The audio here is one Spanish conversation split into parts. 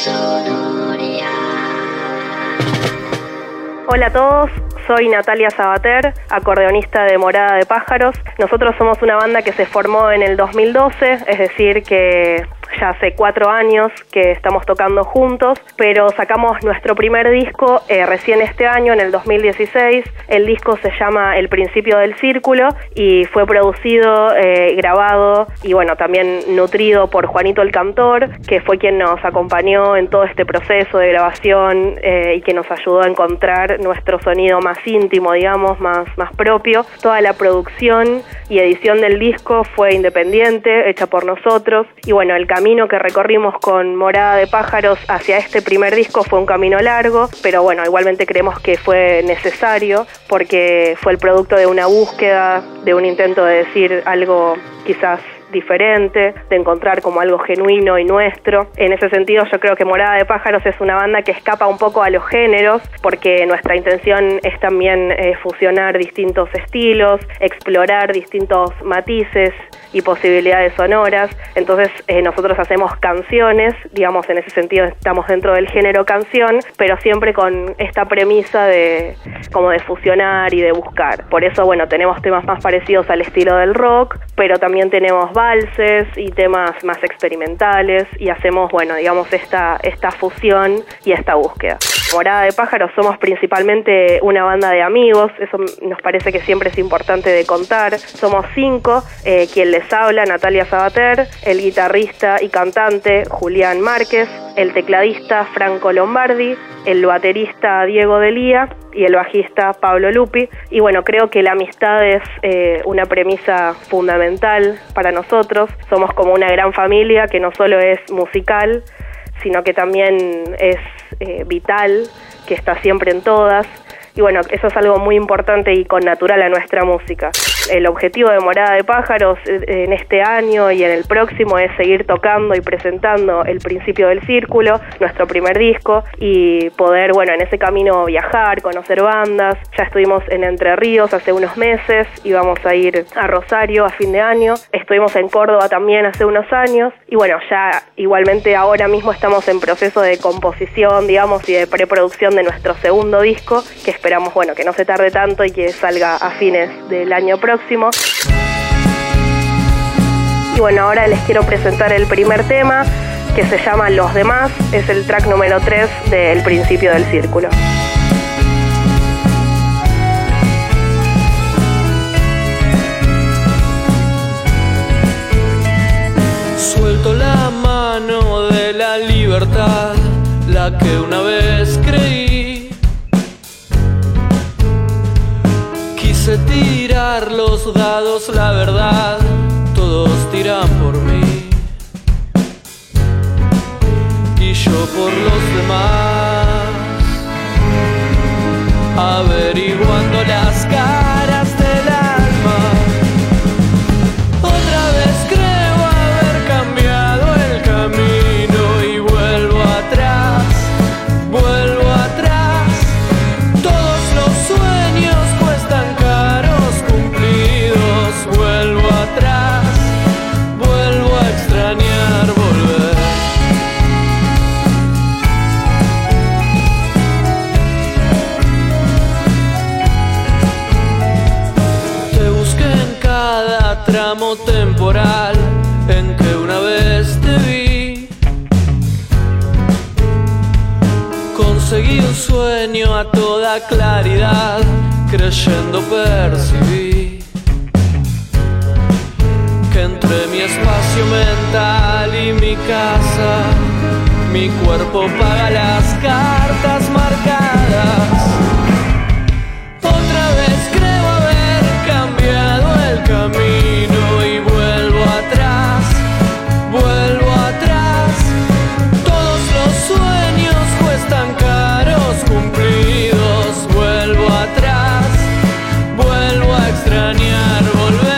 Hola a todos, soy Natalia Sabater, acordeonista de Morada de Pájaros. Nosotros somos una banda que se formó en el 2012, es decir que ya hace 4 años que estamos tocando juntos, pero sacamos nuestro primer disco recién este año, en el 2016. El disco se llama El Principio del Círculo y fue producido, grabado y bueno, también nutrido por Juanito el Cantor, que fue quien nos acompañó en todo este proceso de grabación y que nos ayudó a encontrar nuestro sonido más íntimo, digamos, más propio. Toda la producción y edición del disco fue independiente, hecha por nosotros, y bueno, el camino que recorrimos con Morada de Pájaros hacia este primer disco fue un camino largo, pero bueno, igualmente creemos que fue necesario porque fue el producto de una búsqueda, de un intento de decir algo quizás diferente, de encontrar como algo genuino y nuestro. En ese sentido yo creo que Morada de Pájaros es una banda que escapa un poco a los géneros, porque nuestra intención es también fusionar distintos estilos, explorar distintos matices y posibilidades sonoras. Entonces nosotros hacemos canciones, digamos, en ese sentido estamos dentro del género canción, pero siempre con esta premisa de como de fusionar y de buscar. Por eso, bueno, tenemos temas más parecidos al estilo del rock, pero también tenemos valses y temas más experimentales y hacemos, bueno, digamos, esta fusión y esta búsqueda. Morada de Pájaros somos principalmente una banda de amigos, eso nos parece que siempre es importante de contar. Somos 5, quien les habla, Natalia Sabater, el guitarrista y cantante Julián Márquez, el tecladista Franco Lombardi, el baterista Diego Delía y el bajista Pablo Lupi. Y bueno, creo que la amistad es una premisa fundamental para nosotros. Somos como una gran familia que no solo es musical, sino que también es vital, que está siempre en todas. Y bueno, eso es algo muy importante y connatural a nuestra música. El objetivo de Morada de Pájaros en este año y en el próximo es seguir tocando y presentando El Principio del Círculo, nuestro primer disco, y poder, bueno, en ese camino viajar, conocer bandas. Ya estuvimos en Entre Ríos hace unos meses y vamos a ir a Rosario a fin de año. Estuvimos en Córdoba también hace unos años y bueno, ya igualmente ahora mismo estamos en proceso de composición, digamos, y de preproducción de nuestro segundo disco, que esperamos, bueno, que no se tarde tanto y que salga a fines del año próximo. Y bueno, ahora les quiero presentar el primer tema, que se llama Los Demás, es el track número 3 de El Principio del Círculo. Suelto la mano de la libertad, la que una vez creí. Quise tirar los dados, la verdad, todos tiran por mí y yo por los demás, averiguando las caras del alma. Otra vez creo haber cambiado el camino y vuelvo atrás, vuelvo atrás. Todos los sueños cuestan caros cumplidos, vuelvo atrás, vuelvo a extrañar volver. Te busqué en cada tramo temporal en que una vez te vi. Conseguí un sueño a toda claridad, creyendo percibí que entre mi espacio mental y mi casa, mi cuerpo paga las cartas marcadas. Otra vez creo haber cambiado el camino y vuelvo atrás, vuelvo atrás. Todos los sueños cuestan caros cumplidos, vuelvo atrás, vuelvo a extrañar volver.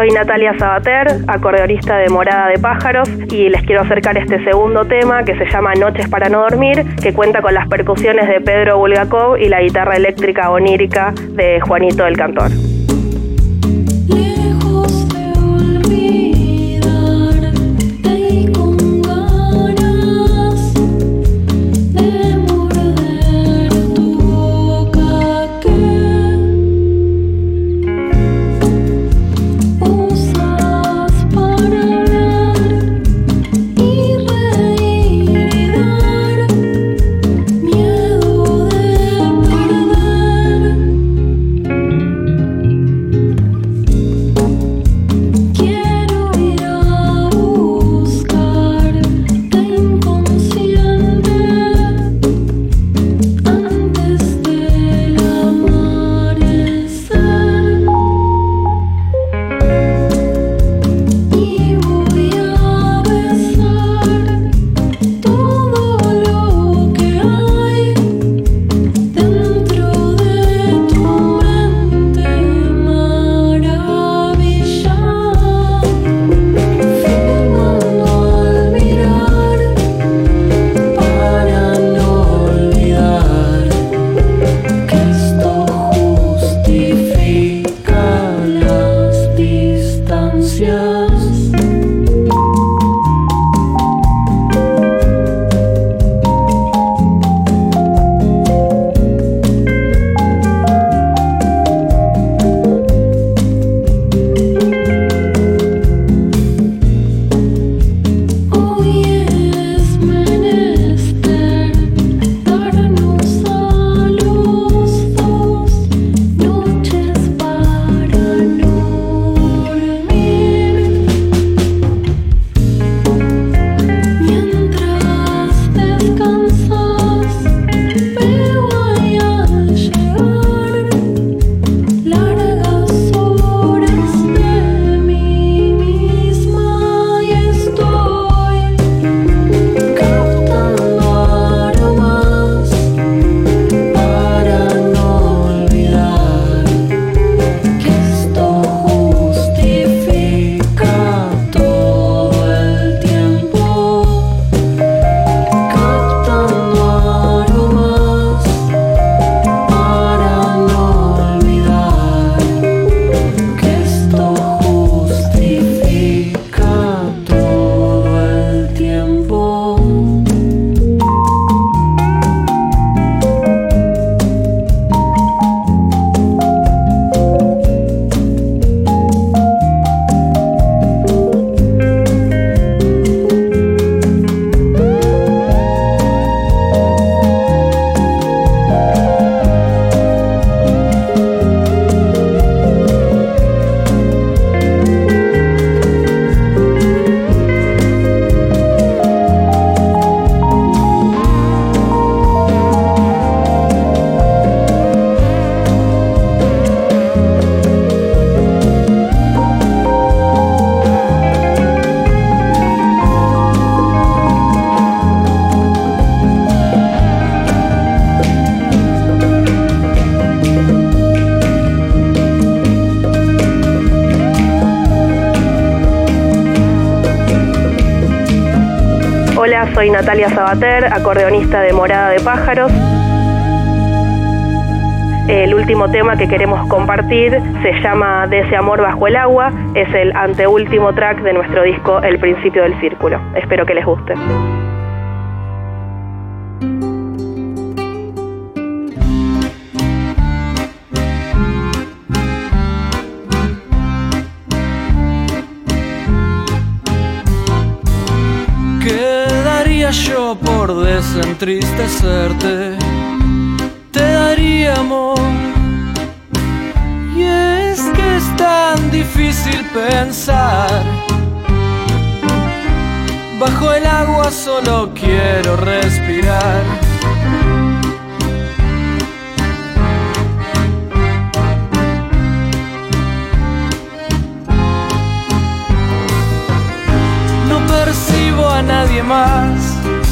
soy Natalia Sabater, acordeonista de Morada de Pájaros, y les quiero acercar este segundo tema que se llama Noches para no dormir, que cuenta con las percusiones de Pedro Bulgakov y la guitarra eléctrica onírica de Juanito el Cantor. Hola, soy Natalia Sabater, acordeonista de Morada de Pájaros. El último tema que queremos compartir se llama De ese amor bajo el agua. Es el anteúltimo track de nuestro disco El principio del círculo. Espero que les guste. Yo por desentristecerte te daría amor, y es que es tan difícil pensar. Bajo el agua solo quiero respirar. No percibo a nadie más,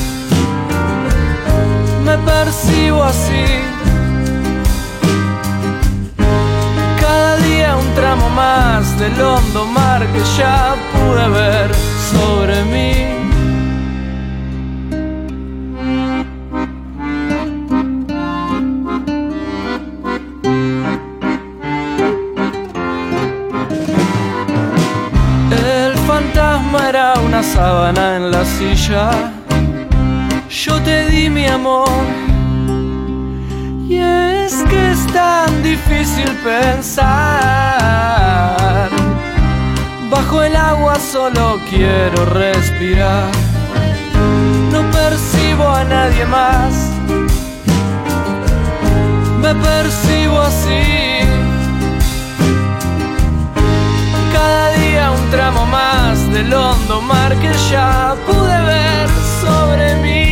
me percibo así. Cada día un tramo más del hondo mar que ya pude ver sobre mí. El fantasma era una sábana en la silla. Yo te di mi amor. Y es que es tan difícil pensar. Bajo el agua solo quiero respirar. No percibo a nadie más. Me percibo así. Cada día un tramo más del hondo mar que ya pude ver sobre mí.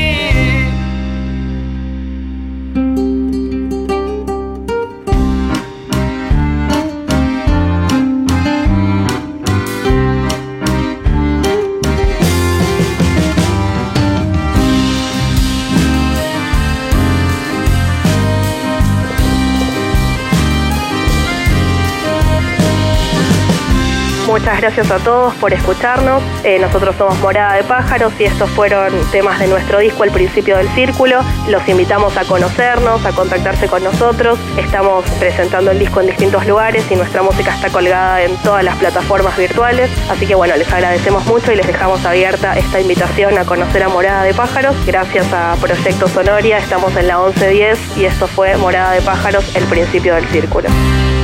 Muchas gracias a todos por escucharnos. Nosotros somos Morada de Pájaros y estos fueron temas de nuestro disco El Principio del Círculo. Los invitamos a conocernos, a contactarse con nosotros. Estamos presentando el disco en distintos lugares y nuestra música está colgada en todas las plataformas virtuales. Así que bueno, les agradecemos mucho y les dejamos abierta esta invitación a conocer a Morada de Pájaros. Gracias a Proyecto Sonoria, estamos en la 1110 y esto fue Morada de Pájaros, El Principio del Círculo.